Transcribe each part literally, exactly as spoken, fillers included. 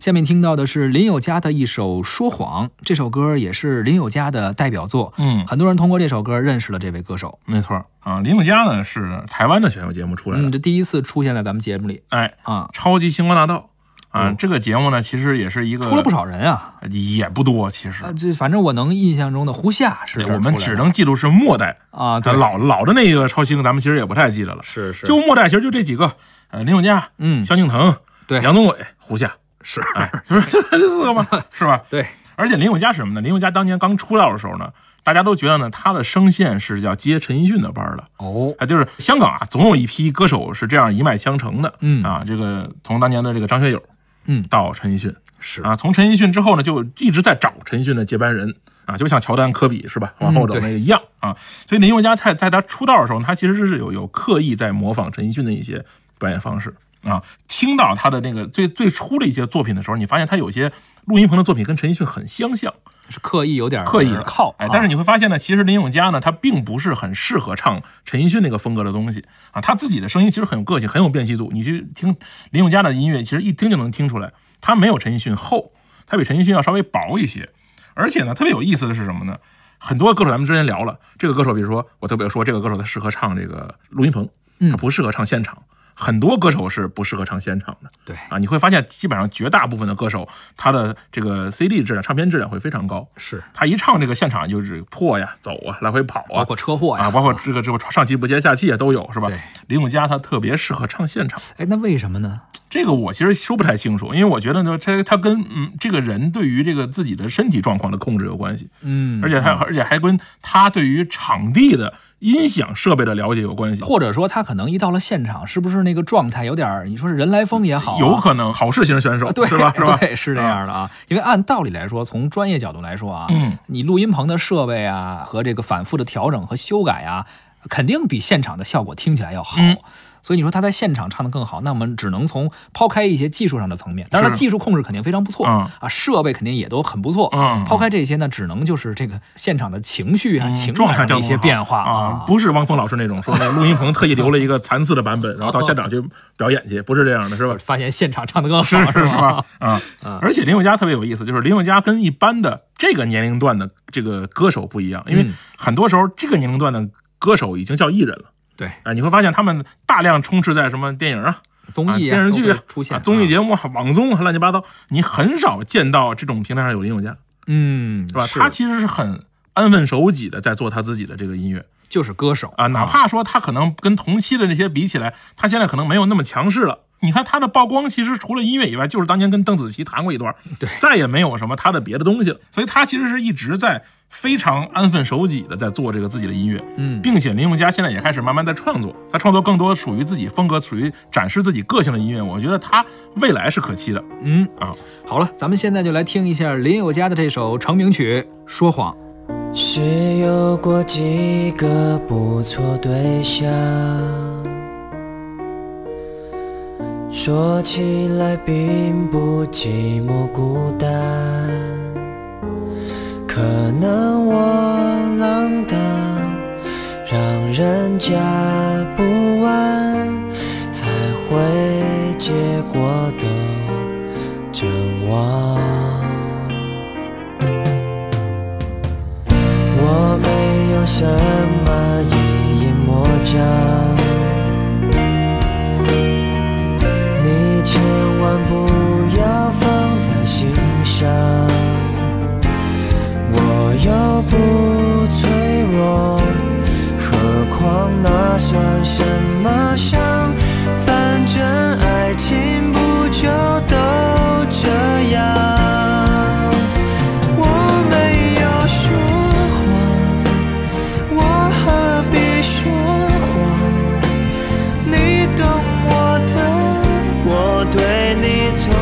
下面听到的是林宥嘉的一首《说谎》，这首歌也是林宥嘉的代表作。 嗯， 很多人通过这首歌认识了这位歌手。 没错啊，林宥嘉呢是台湾的选秀节目出来的， 嗯，这第一次出现在咱们节目里。 哎啊， 超级星光大道啊、 嗯， 这个节目呢其实也是一个出了不少人啊， 也不多其实。 啊，这反正我能印象中的胡夏是我们只能记住是末代啊，对， 老老的那个超星咱们其实也不太记得了。 是是， 就末代其实就这几个，呃，林宥嘉， 嗯， 萧敬腾， 对， 杨宗纬，胡夏。 是， 哎，就是这四个嘛，是吧？ 对， 而且林宥嘉是什么呢？林宥嘉当年刚出道的时候呢，大家都觉得呢，他的声线是要接陈奕迅的班的。 哦， 啊，就是香港啊，总有一批歌手是这样一脉相承的。 嗯啊，这个从当年的这个张学友， 嗯， 到陈奕迅， 是啊，从陈奕迅之后呢，就一直在找陈奕迅的接班人。啊，就像乔丹、科比是吧，往后走那个一样、嗯、啊。所以林宥嘉在在他出道的时候，他其实是有有刻意在模仿陈奕迅的一些表演方式。啊，听到他的那个最最初的一些作品的时候，你发现他有些录音棚的作品跟陈奕迅很相像， 是刻意有点刻意的靠。 哎，但是你会发现呢，其实林宥嘉呢，他并不是很适合唱陈奕迅那个风格的东西啊。他自己的声音其实很有个性，很有辨析度。你去听林宥嘉的音乐，其实一听就能听出来，他没有陈奕迅厚，他比陈奕迅要稍微薄一些。而且呢，特别有意思的是什么呢？很多歌手咱们之前聊了，这个歌手，比如说我特别说这个歌手他适合唱这个录音棚，他不适合唱现场。嗯，很多歌手是不适合唱现场的， 对啊，你会发现基本上绝大部分的歌手，他的这个 C D 质量、唱片质量会非常高。 是，他一唱这个现场就是破呀、走啊、来回跑啊， 包括车祸呀， 啊，包括这个这个上气不接下气啊都有，是吧？ 对， 林宥嘉他特别适合唱现场。 哎，那为什么呢？ 这个我其实说不太清楚，因为我觉得呢，他他跟嗯这个人对于这个自己的身体状况的控制有关系， 嗯， 而且还而且还跟他对于场地的音响设备的了解有关系， 或者说他可能一到了现场，是不是那个状态有点，你说是人来疯也好、啊， 有可能好事型选手， 对， 是吧？是吧？ 对，是这样的啊。因为按道理来说，从专业角度来说啊， 嗯， 你录音棚的设备啊和这个反复的调整和修改啊，肯定比现场的效果听起来要好。 嗯， 所以你说他在现场唱得更好，那我们只能从抛开一些技术上的层面，当然技术控制肯定非常不错、 嗯、 啊，设备肯定也都很不错。 嗯， 抛开这些呢，只能就是这个现场的情绪啊、 嗯、 情感上的一些变化啊，不是汪峰老师那种说那录音棚特意留了一个残次的版本，然后到现场去表演去，不是这样的，是吧？ 发现现场唱得更好， 是是吧？ 啊，而且林宥嘉特别有意思，就是林宥嘉跟一般的这个年龄段的这个歌手不一样，因为很多时候这个年龄段的歌手已经叫艺人了。 对啊，你会发现他们大量充斥在什么电影啊、 综艺、 啊、电视剧啊、 出现、 啊、综艺节目、啊、网综啊，乱七八糟，你很少见到这种平台上有林宥嘉， 嗯， 是吧？他其实是很安分守己的在做他自己的这个音乐， 就是歌手啊，哪怕说他可能跟同期的那些比起来，他现在可能没有那么强势了。你看他的曝光，其实除了音乐以外，就是当年跟邓紫棋谈过一段， 对， 再也没有什么他的别的东西了。所以他其实是一直在非常安分守己的在做这个自己的音乐， 嗯， 并且林宥嘉现在也开始慢慢在创作，他创作更多属于自己风格、属于展示自己个性的音乐。我觉得他未来是可期的。 嗯啊， 好了，咱们现在就来听一下林宥嘉的这首成名曲《说谎》。 是有过几个不错对象，说起来并不寂寞孤单，可能我浪荡，让人家不安，才会结果都阵亡。我没有什么一言魔障，你千万不要放在心上，我又不脆弱，何况那算什么伤？反正爱情不就都这样。我没有说谎，我何必说谎？你懂我的，我对你从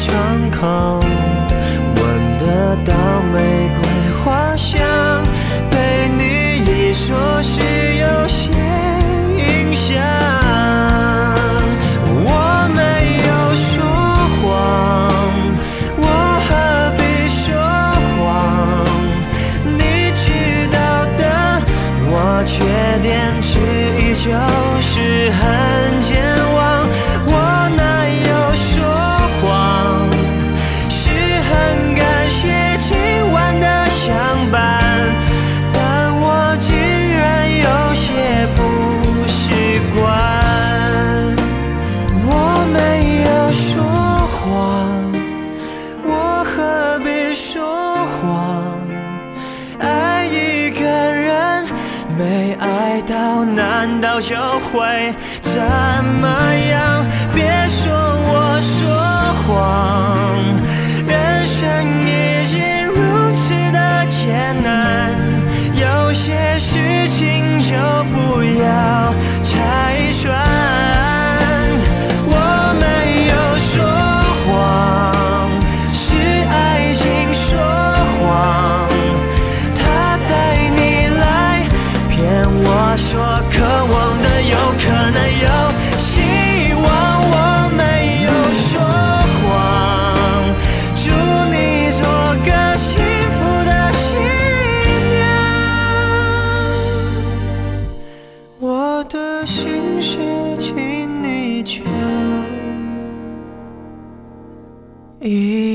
窗口，闻得到玫瑰花香，被你一说是有些影响。我没有说谎，我何必说谎？你知道的，我缺点之一就是很健忘。我哪有说谎？是很感谢今晚的相伴，但我竟然有些不习惯。我没有说谎，我何必说谎？爱一个人没爱到，难道就会怎么样？别说我说谎，人生已经如此的艰难，有些事情就不要拆穿。我没有说谎，是爱情说谎，他带你来骗我说渴望的有可能有希望。我没有说谎，祝你做个幸福的新娘。我的心事请你就一